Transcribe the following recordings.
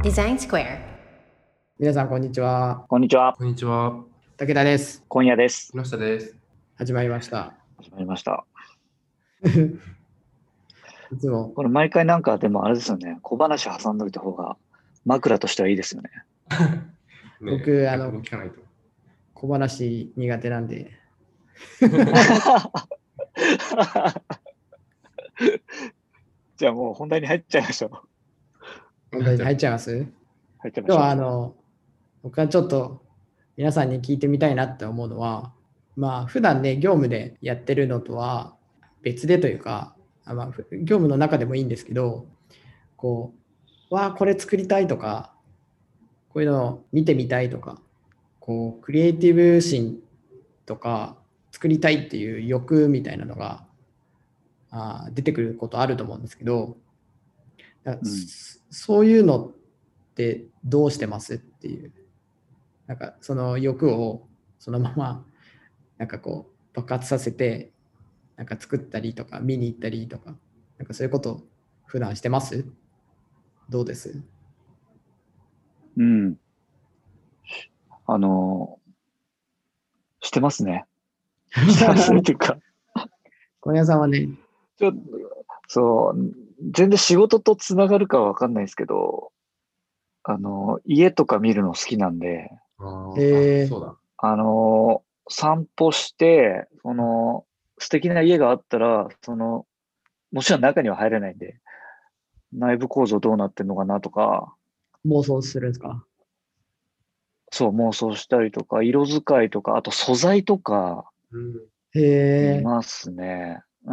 Design Square。 皆さん、こんにちは。 こんにちは。 こんにちは。 武田です。 今夜です。 木下です。 始まりました。 始まりました。 いつも、 これ毎回なんかでもあれですよね。小話挟んどいた方が枕としてはいいですよね。 ね僕もう聞かないと。 小話苦手なんで、 じゃあもう本題に入っちゃいましょう。 本題に入っちゃいます入っちゃいま今日しょう。 は僕はちょっと皆さんに聞いてみたいなって思うのは、普段ね、業務でやってるのとは別でというか、業務の中でもいいんですけど、これ作りたいとか、こういうのを見てみたいとか、クリエイティブ心とか、作りたいっていう欲みたいなのが出てくることあると思うんですけど、そういうのってどうしてますっていう、その欲をそのまま爆発させて作ったりとか見に行ったりとか、そういうこと普段してます？どうです？ うん。してますね。してますねっていうか、 小宮さんはね、 ちょっと、そう、全然仕事とつながるかはわかんないですけど、家とか見るの好きなんで、 そうだ。 散歩して、素敵な家があったら、もちろん中には入れないんで、内部構造どうなってんのかなとか、 妄想するんですか？ そう妄想したりとか、色使いとか、あと素材とか見ますね。うん。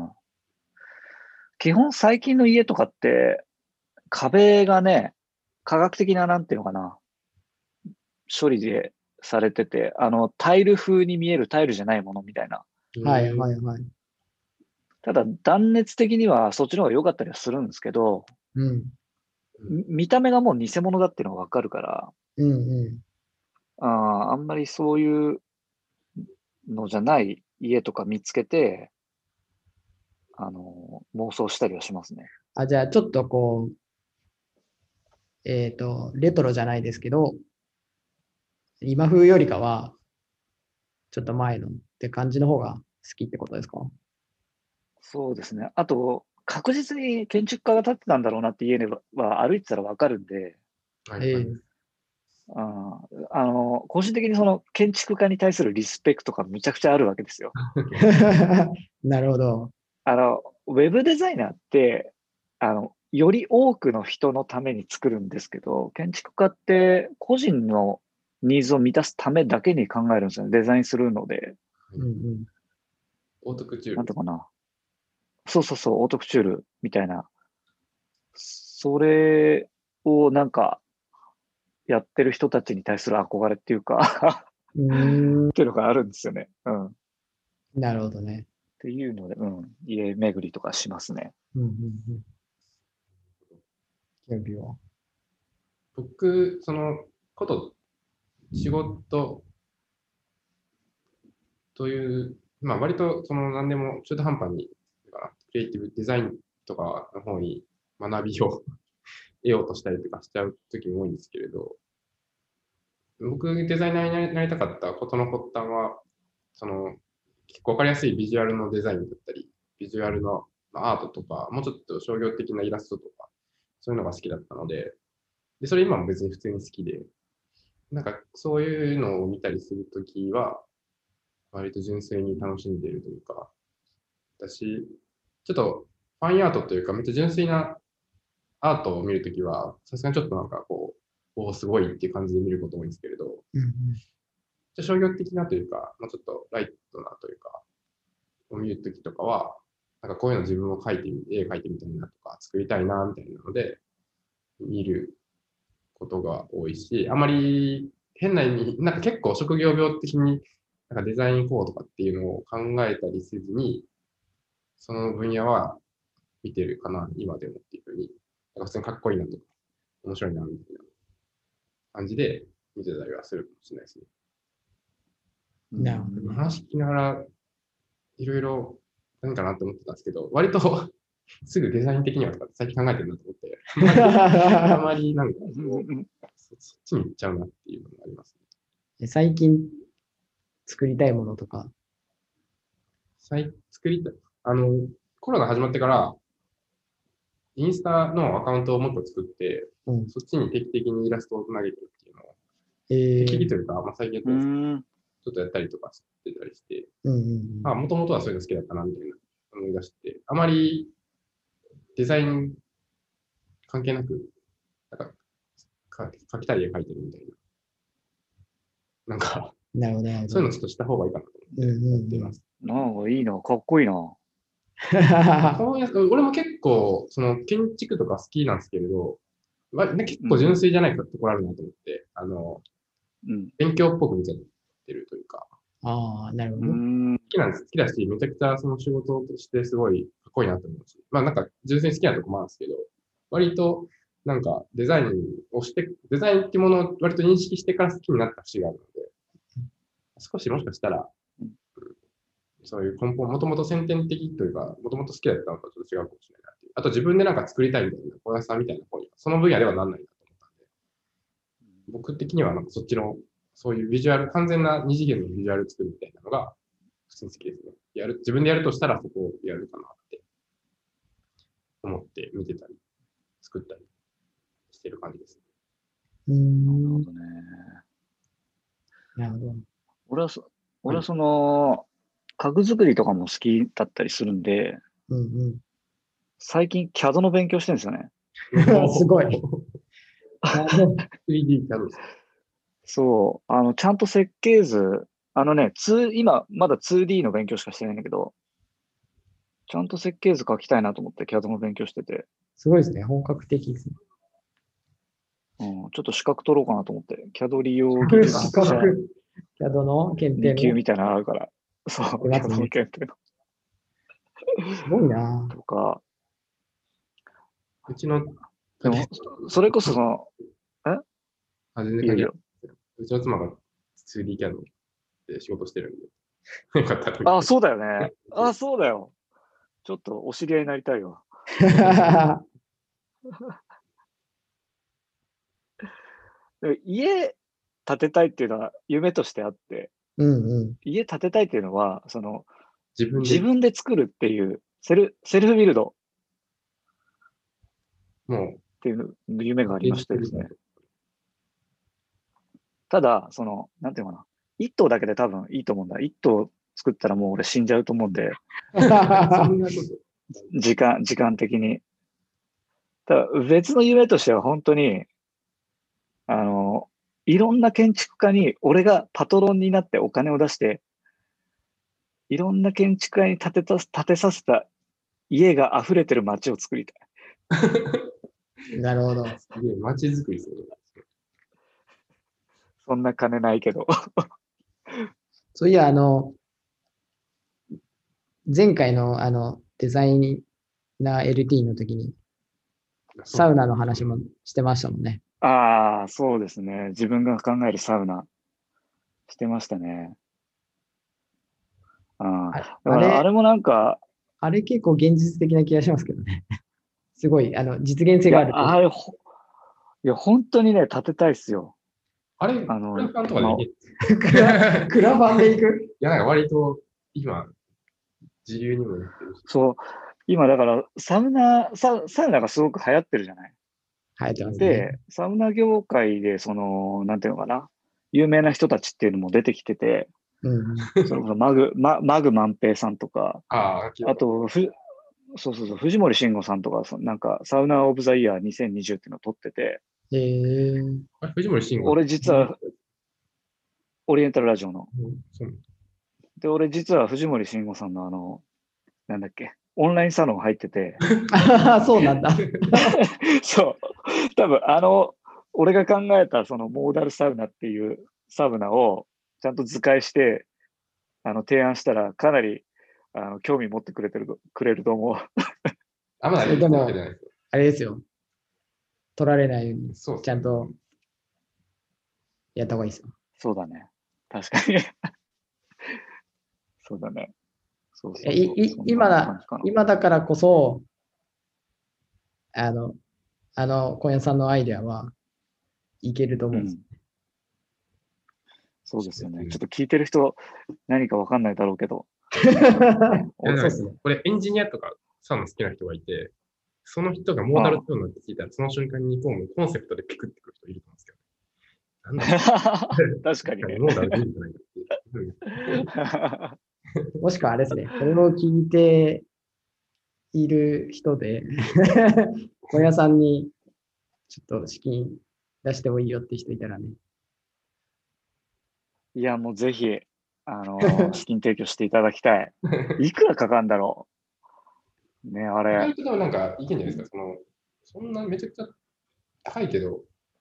基本最近の家とかって壁がね、科学的ななんていうのかな、処理でされてて、タイル風に見えるタイルじゃないものみたいな。 はいはいはい。 ただ断熱的にはそっちの方が良かったりはするんですけど、見た目がもう偽物だっていうのがわかるから、あんまりそういうのじゃない家とか見つけて、妄想したりはしますね。 じゃあちょっとレトロじゃないですけど、今風よりかは、ちょっと前のって感じの方が好きってことですか？ そうですね。あと、確実に建築家が建ってたんだろうなって家は歩いてたらわかるんで、個人的にその建築家に対するリスペクトがめちゃくちゃあるわけですよ。 なるほど。 ウェブデザイナーって、より多くの人のために作るんですけど、建築家って個人のニーズを満たすためだけに考えるんですよね。デザインするので。 オートクチュール。 なんとかな。そうそうそう、オートクチュールみたいな。それをやってる人たちに対する憧れっていうかっていうのがあるんですよね。 なるほどね。 っていうので、家巡りとかしますね。 僕、仕事という、割と何でも中途半端に、クリエイティブデザインとかの方に学びを得ようとしたりとかしちゃう時も多いんですけれど、僕、デザイナーになりたかったことの発端は、結構わかりやすいビジュアルのデザインだったり、ビジュアルのアートとか、もうちょっと商業的なイラストとか、そういうのが好きだったので、それ今も別に普通に好きで、そういうのを見たりするときは、割と純粋に楽しんでいるというか、私、ちょっとファンアートというか、めっちゃ純粋なアートを見るときは、さすがにちょっとすごいっていう感じで見ること多いんですけれど、商業的なというか、ちょっとライトなというか、を見るときとかは、こういうの自分も絵描いてみたいなとか、作りたいな、みたいなので、見ることが多いし、あまり変な意味、結構職業病的に、デザインこうとかっていうのを考えたりせずに、その分野は見てるかな、今でもっていうふうに、普通にかっこいいなとか、面白いな、みたいな感じで見てたりはするかもしれないですね。 なるほど。 話聞きながら、いろいろ何かなと思ってたんですけど、割とすぐデザイン的にはとか最近考えてるなと思って、あまりなんかそっちに行っちゃうなっていうのがありますね。最近作りたいものとか。 作りたい。コロナ始まってから、インスタのアカウントをもっと作って、そっちに定期的にイラストを投げてるっていうのを、定期的というか、最近やってるんですけど、ちょっとやったりとかしてたりして、もともとはそういうの好きだったな、みたいな思い出して、あまりデザイン関係なく、なんか描きたい絵描いてるみたいな。なんか、 なるほど。 そういうのちょっとした方がいいかなと思ってやってます。 なんかいいな、かっこいいな。 俺も結構、その建築とか好きなんですけれど、結構純粋じゃないところあるなと思って、勉強っぽく見ちゃってるというか。 ああ、なるほど。 好きなんです。好きだし、めちゃくちゃその仕事としてすごいかっこいいなと思うし。なんか純粋に好きなとこもあるんですけど、割となんかデザインデザインってものを割と認識してから好きになった節があるので、少しもしかしたら、そういう根本、もともと先天的というか、もともと好きだったのとちょっと違うかもしれないなっていう。あと自分でなんか作りたいみたいな、小屋さんみたいな方には、その分野ではなんないなと思ったんで、僕的にはなんかそっちの、そういうビジュアル、完全な二次元のビジュアル作るみたいなのが、普通に好きですね。自分でやるとしたらそこをやるかなって思って見てたり、作ったりしてる感じですね。なるほどね。 なるほど。 俺はその、家具作りとかも好きだったりするんで、最近 CAD の勉強してるんですよね。 すごい。 3D CAD そう、ちゃんと設計図、今、まだ 2D の勉強しかしてないんだけど、ちゃんと設計図書きたいなと思って CAD も勉強してて。 すごいですね。本格的ですね。 ちょっと資格取ろうかなと思って。CAD 利用技術者 CAD の検定 2級みたいなのあるから。そう、CAD の検定の。 すごいな。 とか。 うちの、 でも、それこそその、 全然よ。うちの妻が 2D CAD で仕事してるんで。よかったら。 そうだよね。そうだよ。ちょっとお知り合いになりたいわ。家建てたいっていうのは夢としてあって、家建てたいっていうのは、その、自分で作るっていうセルフビルドっていう夢がありましてですね。ただ、その、なんていうのかな。一棟だけで多分いいと思うんだ。一棟作ったらもう俺死んじゃうと思うんで。時間的に。ただ別の夢としては本当に、いろんな建築家に俺がパトロンになってお金を出して、いろんな建築家に建てさせた家が溢れてる街を作りたい。なるほど。 すげえ、街づくりする。 そんな金ないけど。 そういや、前回のデザイナー LT の時に、サウナの話もしてましたもんね。 そうですね。自分が考えるサウナ、してましたね。あれもなんか、 あれ結構現実的な気がしますけどね。すごい、実現性がある。 いや、本当にね、建てたいっすよ。 クラファンとかでいけクラファンでいくいや、なんか割と今、自由にもやってるし。 そう。今だからサウナがすごく流行ってるじゃない。 流行ってますね。 で、サウナ業界で、その、なんていうのかな。有名な人たちっていうのも出てきてて、それこそマグ万平さんとか、あと、そう、藤森慎吾さんとか、なんか、サウナオブザイヤー2020っていうのを撮ってて、 藤森慎吾俺実は、オリエンタルラジオの。で、俺実は藤森慎吾さんのなんだっけ、オンラインサロン入ってて。 そうなんだ。 そう。多分、俺が考えたそのモーダルサウナっていうサウナをちゃんと図解して、提案したらかなり、興味持ってくれると思う。 でも、あれですよ。取られないように、ちゃんとやった方がいいですよ。 そうだね。確かに。そうだね。 今だからこそ、 小屋さんのアイデアはいけると思うんです。 そうですよね。ちょっと聞いてる人、何かわかんないだろうけど。 そうですね。これエンジニアとかサウナ好きな人がいて、その人がモーダルトーンなんて聞いたら、その瞬間にコンセプトでピクってくる人いると思うんですけど。なんだ確かにね。 モーダルでいいんじゃないかって。 もしくはあれですね、これを聞いている人で、小屋さんにちょっと資金出してもいいよって人いたらね。 いや、もうぜひ、資金提供していただきたい。いくらかかるんだろう。ね、あれ。 意外となんかいけんじゃないですか。そんなめちゃくちゃ高いけど。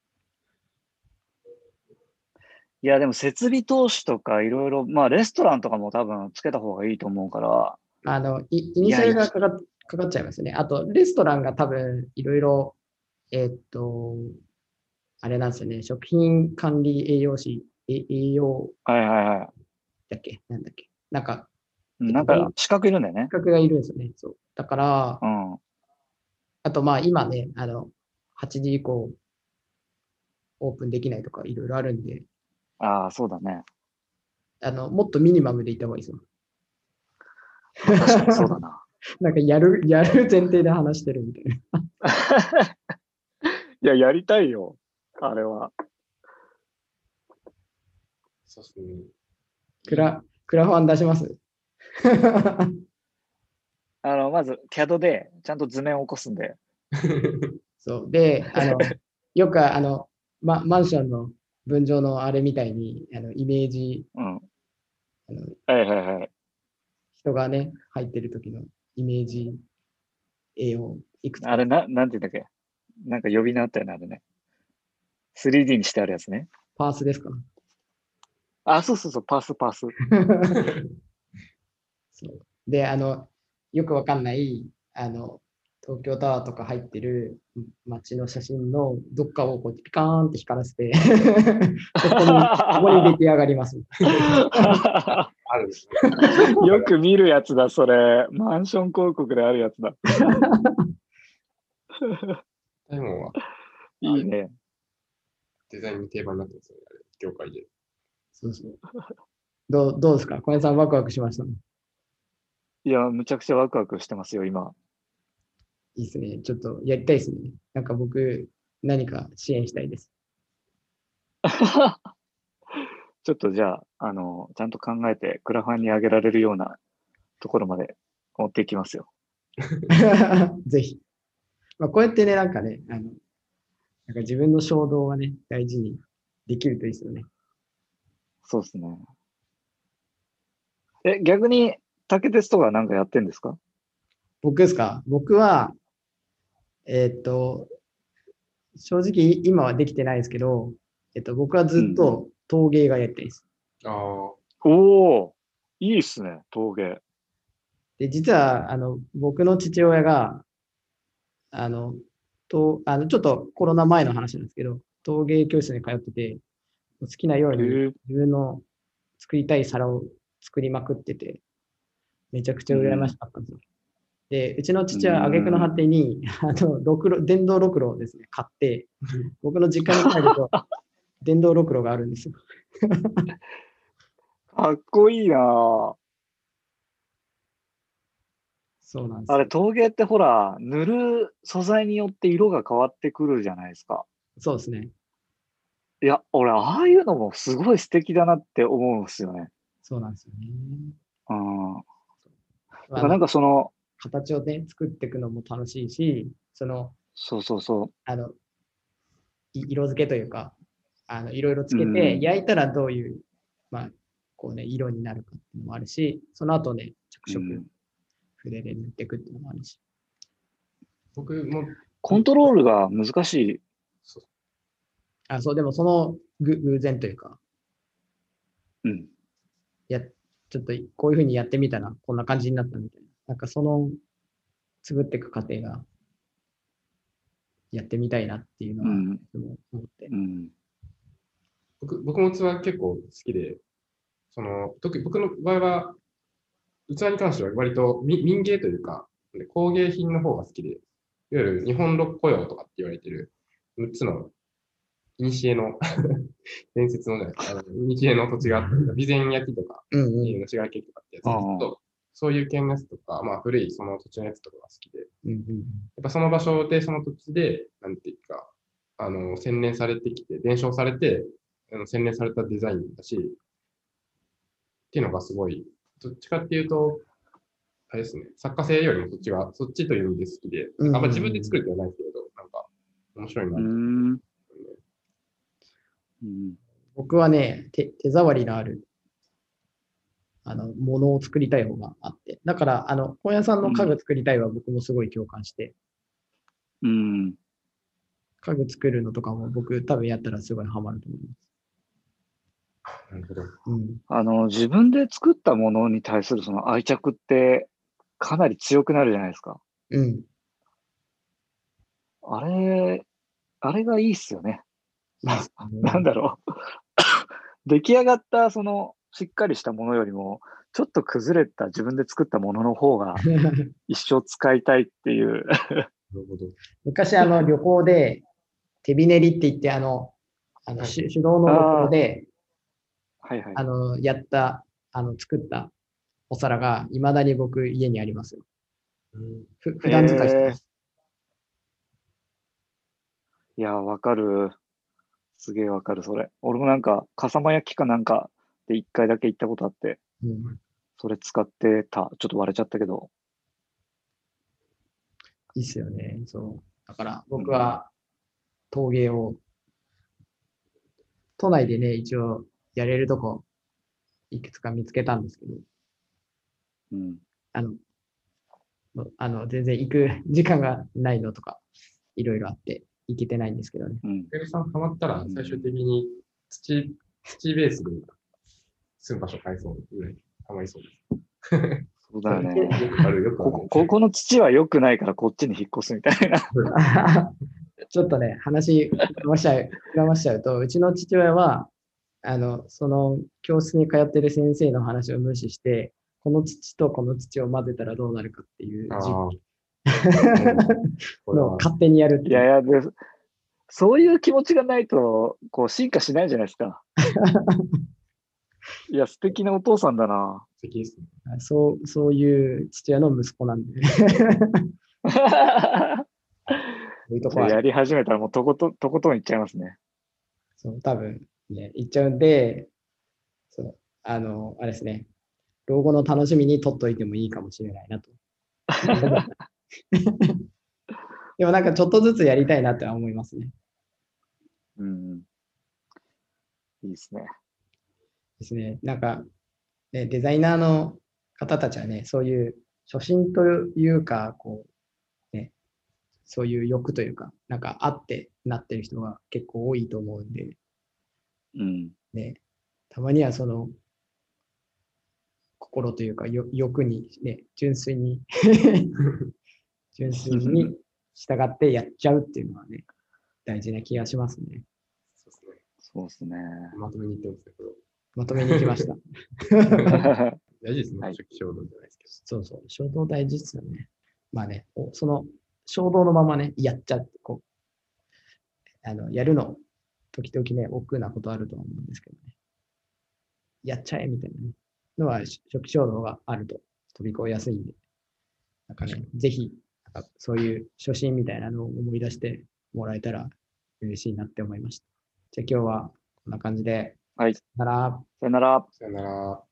いや、でも設備投資とかいろいろ、まあレストランとかも多分つけた方がいいと思うから。 イニシャルがかかっちゃいますね。あと、レストランが多分いろいろ、あれなんですよね。食品管理栄養士、栄養はいはいはい。 だっけなんだっけなんか、 なんか資格いるんだよね。 資格がいるんですよね。そう。だから、 うん。 あとまあ今ね、8時以降オープンできないとかいろいろあるんで、 ああ、そうだね。 もっとミニマムでいった方がいいですよ。 まあ、確かにそうだな。 なんかやる前提で話してるみたいな。 いや、やりたいよ。あれは。 そうですね。 クラファン出しますまず、CAD でちゃんと図面を起こすんで。 そう。で、よくマンションの分譲のあれみたいに、イメージ、 うん。はいはいはい。 人がね、入ってる時のイメージ絵をいくつか。 あれなんて言うんだっけ。なんか呼び名あったよね、あれね。3D にしてあるやつね。 パースですかあ、そうそうそう、パス。 そうで、よくわかんない、東京タワーとか入ってる街の写真のどっかをこうピカーンって光らせてここに出来上がります。 あるんですね。よく見るやつだ、それ。マンション広告であるやつだ。 でも、 いいね。 デザインの定番になってますよね、業界で。 そうそう。どうですか小林さんワクワクしましたね。 いや、むちゃくちゃワクワクしてますよ、今。 いいですね。ちょっとやりたいですね。なんか僕、何か支援したいです。 ちょっとじゃあ、ちゃんと考えて、クラファンに上げられるようなところまで持っていきますよ。 ぜひ。まあ、こうやってね、なんかね、なんか自分の衝動はね、大事にできるといいですよね。 そうですね。逆に、竹鉄とかなんかやってんですか？ 僕ですか僕は、正直今はできてないですけど、僕はずっと陶芸がやりたいです。 おお、いいっすね、陶芸。 で、実は、僕の父親が、ちょっとコロナ前の話なんですけど、陶芸教室に通ってて、好きなように自分の作りたい皿を作りまくってて、めちゃくちゃ羨ましかったんですよ。で、うちの父は挙句の果てに、電動ろくろをですね、買って、僕の実家に帰ると、電動ろくろがあるんですよ。 かっこいいな。 そうなんですあれ、陶芸ってほら、塗る素材によって色が変わってくるじゃないですか。 そうですね。 いや、俺、ああいうのもすごい素敵だなって思うんですよね。 そうなんですよね。 うん。だからなんか形をね、作っていくのも楽しいし、 そうそうそう。 色付けというか、いろいろつけて、焼いたらどういう、まあ、こうね、色になるかっていうのもあるし、その後ね、着色、筆で塗っていくっていうのもあるし。 僕も。 コントロールが難しい。 そう、でもその偶然というか、 うん。 ちょっとこういうふうにやってみたら、こんな感じになったみたいな。なんか作っていく過程が、やってみたいなっていうのは、思って。 僕も器結構好きで、特に僕の場合は、器に関しては割と民芸というか、工芸品の方が好きで、 いわゆる日本六古窯とかって言われてる6つの古の伝説のじゃないですか、古の土地があったり、備前焼とか、のしが焼とかってやつと、そういう系のやつとか、まあ古いその土地のやつとかが好きで、やっぱその場所で、その土地で、なんていうか、洗練されてきて、伝承されて、洗練されたデザインだし、っていうのがすごい、どっちかっていうと、あれですね、作家性よりもそっちという意味で好きで、あんま自分で作るってはないですけど、なんか、面白いなと思って。 僕はね、手触りのあるものを作りたい方があって。だから、本屋さんの家具作りたいは僕もすごい共感して。家具作るのとかも僕多分やったらすごいハマると思います。 なるほど。 自分で作ったものに対するその愛着ってかなり強くなるじゃないですか。あれがいいっすよね。なんだろう。出来上がったそのしっかりしたものよりも、ちょっと崩れた自分で作ったものの方が一生使いたいっていう。 昔旅行で手びねりって言って手動の旅行でやった作ったお皿がいまだに僕家にありますよ。普段使いしてます。 いや、わかる。すげえわかる、それ。俺もなんか、笠間焼きかなんかで1回だけ行ったことあって、それ使ってた。ちょっと割れちゃったけど。 いいっすよね。そう。だから僕は陶芸を、都内でね、一応やれるとこ、いくつか見つけたんですけど、全然行く時間がないのとか、いろいろあって、行けてないんですけどね。 ペルさんハマったら、最終的に土ベースで住む場所変えそうぐらいハマりそうです。 そうだよね。ここの土は良くないからこっちに引っ越すみたいな。 ちょっとね、話膨らましちゃうと、うちの父親は、その教室に通ってる先生の話を無視して、この土とこの土を混ぜたらどうなるかっていうのを勝手にやるっていう。 いやで、そういう気持ちがないと、こう進化しないじゃないですか。いや、素敵なお父さんだな。 素敵ですね。 そういう父親の息子なんで。 やり始めたらもうとことんいっちゃいますね。 そう、多分ね、いっちゃうんで、あれですね、老後の楽しみに取っといてもいいかもしれないなと。でもなんかちょっとずつやりたいなって思いますね。 いいですね。 ですね。なんか、ね、デザイナーの方たちはね、そういう初心というか、こう、ね、そういう欲というか、なんかあってなってる人が結構多いと思うんで、ね、たまにはその、心というか欲にね、純粋に従ってやっちゃうっていうのはね、大事な気がしますね。 そうですね。 まとめに行ってますね、これ。 まとめに行きました。 大事ですね、初期衝動じゃないですけど。 そう、衝動大事ですよね。まあね、その衝動のままね、やっちゃって、こう、やるの、時々ね、億劫なことあると思うんですけどね。やっちゃえみたいなね、のは初期衝動があると飛び越えやすいんで、なんかね、ぜひ、そういう初心みたいなのを思い出してもらえたら嬉しいなって思いました。じゃあ今日はこんな感じで。 はい。 さよなら。 さよなら。 さよなら。